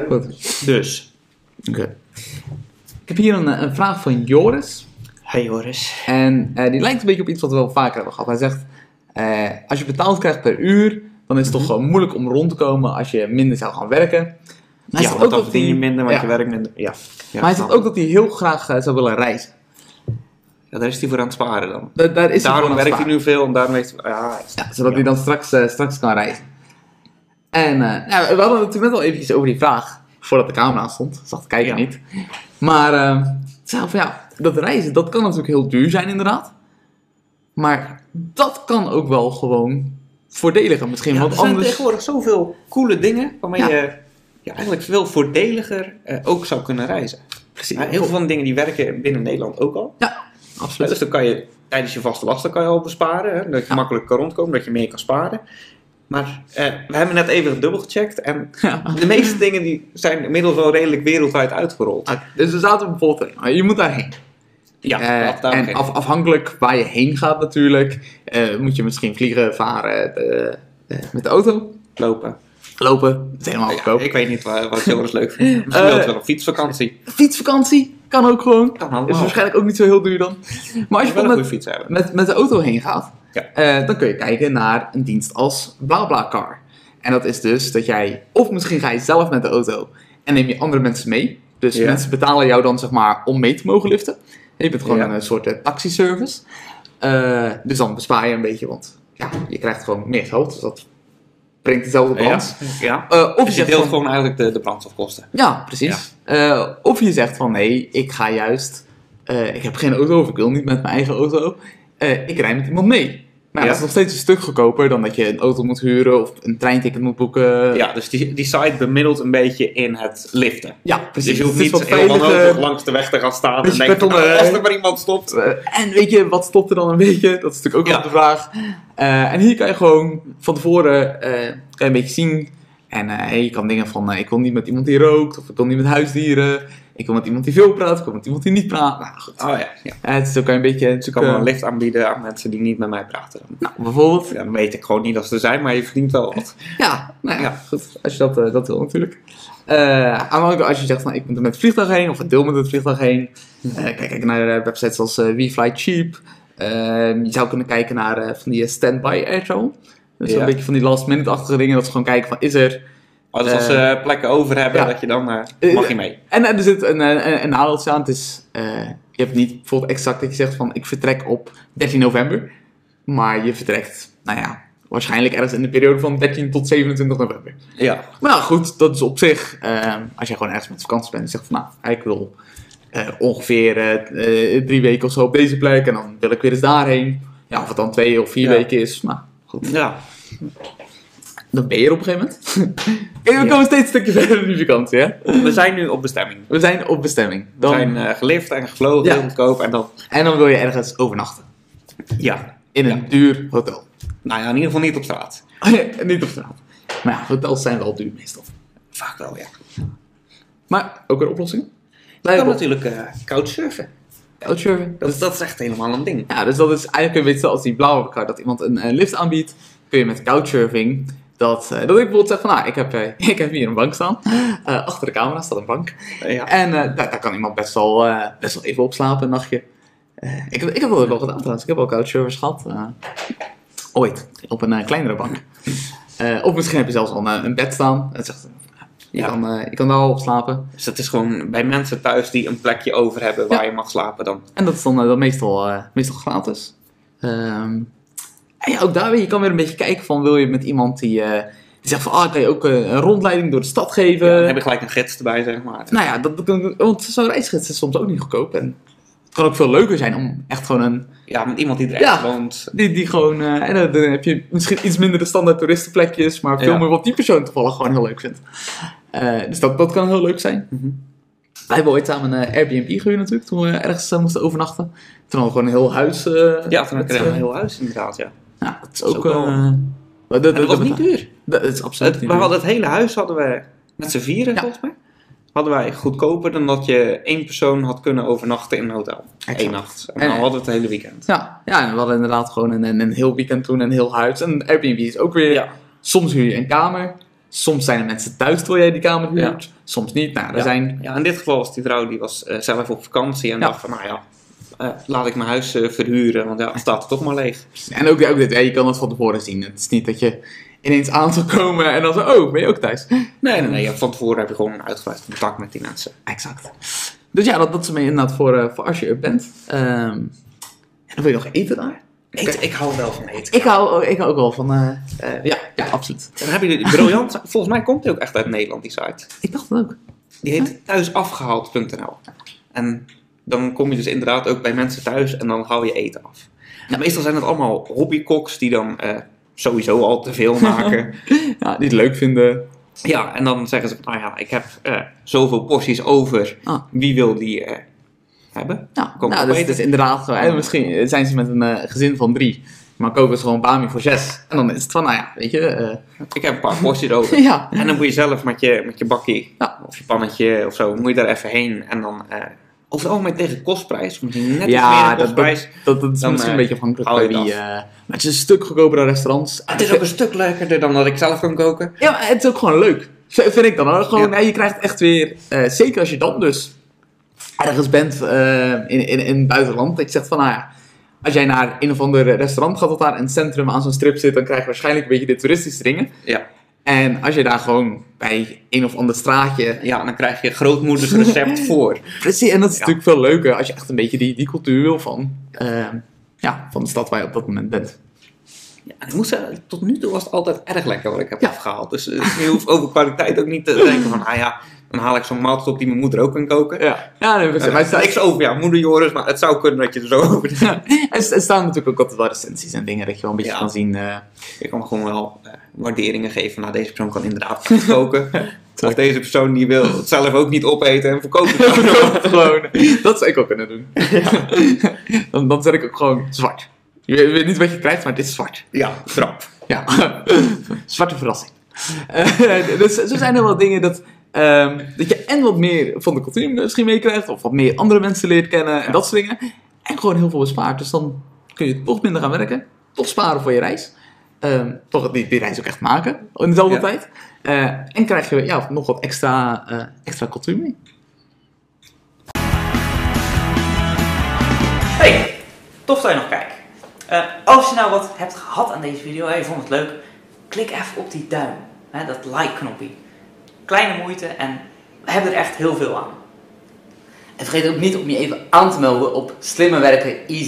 Dus. Oké. Ik heb hier een vraag van Joris. Hey Joris. En die lijkt een beetje op iets wat we wel vaker hebben gehad. Hij zegt, als je betaald krijgt per uur, dan is het toch gewoon moeilijk om rond te komen als je minder zou gaan werken. Maar Ja, want dan verdien je minder, want je werkt minder. Ja. Maar hij zegt ook dat hij heel graag zou willen reizen. Ja, daar is hij voor aan het sparen dan. Daarom werkt hij nu veel en daarom heeft hij... zodat hij dan straks kan reizen. En we hadden het natuurlijk net al eventjes over die vraag, voordat de camera stond. Zag de kijker niet. Maar zelf, dat reizen, dat kan natuurlijk heel duur zijn inderdaad. Maar dat kan ook wel gewoon voordeliger misschien. Ja, want er zijn anders... tegenwoordig zoveel coole dingen waarmee je eigenlijk veel voordeliger ook zou kunnen reizen. Precies. Heel veel van de dingen die werken binnen Nederland ook al. Ja, absoluut. Dus dan kan je tijdens je vaste lasten kan je al besparen. Hè? Dat je makkelijk kan rondkomen, dat je meer kan sparen. Maar we hebben net even dubbel gecheckt. En de meeste dingen die zijn inmiddels wel redelijk wereldwijd uitgerold. Dus we zaten bijvoorbeeld in. Je moet daarheen. Ja, en afhankelijk waar je heen gaat natuurlijk, moet je misschien vliegen, varen, met de auto. Lopen. Dat is helemaal goedkoop. Ik weet niet wat Joris leuk vindt. Misschien wel een fietsvakantie. Fietsvakantie kan ook gewoon. Kan allemaal. Is waarschijnlijk ook niet zo heel duur dan. Maar als je wel een met, goede fiets hebben. met de auto heen gaat, dan kun je kijken naar een dienst als BlaBlaCar. En dat is dus dat jij, of misschien ga je zelf met de auto en neem je andere mensen mee. Dus mensen betalen jou dan zeg maar om mee te mogen liften. Je bent gewoon een soort taxiservice. Dus dan bespaar je een beetje, want je krijgt gewoon meer geld. Dus dat brengt dezelfde balans. Of je deelt gewoon eigenlijk de brandstofkosten. Ja, precies. Of je zegt van nee, ik ga juist... ik heb geen auto of ik wil niet met mijn eigen auto. Ik rijd met iemand mee. Maar dat is nog steeds een stuk goedkoper dan dat je een auto moet huren of een treinticket moet boeken. Ja, dus die site bemiddelt een beetje in het liften. Ja, precies. Dus je hoeft niet heel wanhopig langs de weg te gaan staan en denken, als er maar iemand stopt. En weet je, wat stopt er dan een beetje? Dat is natuurlijk ook nog de vraag. En hier kan je gewoon van tevoren een beetje zien. En je kan dingen van, ik wil niet met iemand die rookt, of ik wil niet met huisdieren. Ik wil met iemand die veel praat, ik wil met iemand die niet praat. Nou goed. Het is ook een beetje... Dus ik kan wel een lift aanbieden aan mensen die niet met mij praten. Nou, bijvoorbeeld. Ja, dan weet ik gewoon niet dat ze er zijn, maar je verdient wel wat. Goed. Als je dat wil natuurlijk. Als je zegt van ik moet er met het vliegtuig heen, of een deel met het vliegtuig heen. Kijk naar websites als WeFlyCheap. Je zou kunnen kijken naar van die standby air travel. Dus een beetje van die last minute-achtige dingen. Dat ze gewoon kijken van is er... Dus als ze plekken over hebben, dat je dan mag je mee. En er zit een nadeltje aan. Het is, je hebt niet bijvoorbeeld exact dat je zegt van ik vertrek op 13 november. Maar je vertrekt, waarschijnlijk ergens in de periode van 13 tot 27 november. Ja. Maar goed, dat is op zich, als je gewoon ergens met vakantie bent en zegt van ik wil ongeveer 3 weken of zo op deze plek. En dan wil ik weer eens daarheen. Ja, of het dan 2 of 4 weken is. Maar goed. Ja. Dan ben je er op een gegeven moment. We komen steeds een stukje verder in die vakantie, hè? We zijn nu op bestemming. We zijn op bestemming. We zijn gelift en gevlogen, heel goedkoop. En dan wil je ergens overnachten. Ja. In een duur hotel. Nou ja, in ieder geval niet op straat. Niet op straat. Maar ja, hotels zijn wel duur meestal. Vaak wel, ja. Maar ook een oplossing? Je kan natuurlijk couchsurfen. Couchsurfen? Dat is echt helemaal een ding. Ja, dus dat is eigenlijk een beetje zoals die BlaBlaCar, dat iemand een lift aanbiedt. Kun je met couchsurfing, dat ik bijvoorbeeld zeg van, ik heb hier een bank staan. Achter de camera staat een bank. En daar kan iemand best wel even op slapen, een nachtje. Ik heb dat ook wel gedaan trouwens. Ik heb al couchsurfers gehad. Ooit, op een kleinere bank. Of misschien heb je zelfs al een bed staan. Het zegt, je kan daar al op slapen. Dus het is gewoon bij mensen thuis die een plekje over hebben waar je mag slapen dan. En dat is dan meestal gratis. En ook daar weer, je kan weer een beetje kijken van, wil je met iemand die zegt van, kan je ook een rondleiding door de stad geven. Ja, dan heb je gelijk een gids erbij, zeg maar. Nou ja, want zo'n reisgids is soms ook niet goedkoop. En het kan ook veel leuker zijn om echt gewoon een... Ja, met iemand die er echt woont. Die gewoon, en dan heb je misschien iets minder de standaard toeristenplekjes, maar veel meer wat die persoon toevallig gewoon heel leuk vindt. Dus dat kan heel leuk zijn. Wij hebben ooit samen een Airbnb gehuurd natuurlijk, toen we ergens moesten overnachten. Toen hadden we gewoon een heel huis. Toen kregen we een heel huis inderdaad, ja. Ja, dat is ook wel... dat was niet duur. Dat is absoluut niet duur. We hadden het hele huis hadden we met z'n vieren volgens mij. Hadden wij goedkoper dan dat je 1 persoon had kunnen overnachten in een hotel. 1 nacht. En dan hadden we het hele weekend. Ja, en we hadden inderdaad gewoon een heel weekend toen een heel huis. En Airbnb is ook weer... Soms huur je een kamer. Soms zijn er mensen thuis terwijl jij die kamer huurt. Soms niet. Nou, Ja, in dit geval was die vrouw die was zelf op vakantie en dacht van, nou ja, laat ik mijn huis verhuren, want ja, het staat er toch maar leeg. En ook dit, je kan het van tevoren zien. Het is niet dat je ineens aan zal komen en dan zo, oh, ben je ook thuis? Nee, van tevoren heb je gewoon een uitgebreid contact met die mensen. Exact. Dus ja, dat is me inderdaad voor als je up bent. En dan wil je nog eten daar? Ik hou wel van eten. Ik hou ook wel van, ja, absoluut. Dan heb je de briljant, volgens mij komt die ook echt uit Nederland, die site. Ik dacht het ook. Die heet thuisafgehaald.nl. En dan kom je dus inderdaad ook bij mensen thuis en dan haal je eten af. Nou, meestal zijn het allemaal hobbykoks die dan sowieso al te veel maken. Ja, die het leuk vinden. Ja, en dan zeggen ze, nou ja, ik heb zoveel porties over. Wie wil die hebben? Nou, dus inderdaad, misschien zijn ze met een gezin van 3. Maar kopen ze gewoon bami voor 6. En dan is het van, nou ja, weet je... ik heb een paar porties over. Ja. En dan moet je zelf met je bakkie of je pannetje of zo, moet je daar even heen. En dan over het algemeen tegen kostprijs. Of misschien net iets meer kostprijs. Dat is dan, misschien een beetje afhankelijk bij wie... maar het is een stuk goedkoper dan restaurants. Het is ook een stuk lekkerder dan dat ik zelf kan koken. Ja, maar het is ook gewoon leuk. Vind ik dan hoor. Gewoon, je krijgt echt weer... zeker als je dan dus ergens bent in het buitenland. Dat je zegt van, nou ja... Als jij naar een of ander restaurant gaat dat daar in het centrum aan zo'n strip zit, dan krijg je waarschijnlijk een beetje de toeristische dingen. Ja. En als je daar gewoon bij een of ander straatje... Ja, dan krijg je grootmoeders recept voor. Precies, en dat is natuurlijk veel leuker als je echt een beetje die cultuur wil van de stad waar je op dat moment bent. Ja, en ik moet zeggen, tot nu toe was het altijd erg lekker wat ik heb afgehaald. Dus je hoeft over kwaliteit ook niet te denken van, dan haal ik zo'n maaltijd op die mijn moeder ook kan koken. Ja, nee, maar niks over, moeder Joris, maar het zou kunnen dat je er zo over doet. Er staan natuurlijk ook altijd wel recensies en dingen dat je wel een beetje kan zien. Je kan gewoon wel waarderingen geven. Nou, deze persoon kan inderdaad goed koken. Of deze persoon die wil het zelf ook niet opeten en verkopen het gewoon. Dat zou ik ook kunnen doen. Dan zet ik ook gewoon zwart. Je weet niet wat je krijgt, maar het is zwart. Ja, grap. Ja, zwarte verrassing. Dus zo zijn er wel dingen dat je en wat meer van de cultuur misschien meekrijgt, of wat meer andere mensen leert kennen en dat soort dingen. En gewoon heel veel bespaart. Dus dan kun je toch minder gaan werken, toch sparen voor je reis. Toch die reis ook echt maken in dezelfde tijd. En krijg je nog wat extra cultuur mee. Hey, tof dat je nog kijkt. Als je nou wat hebt gehad aan deze video en je vond het leuk, klik even op die duim, dat like-knopje. Kleine moeite en we hebben er echt heel veel aan. En vergeet ook niet om je even aan te melden op Slimmer Werken Easy.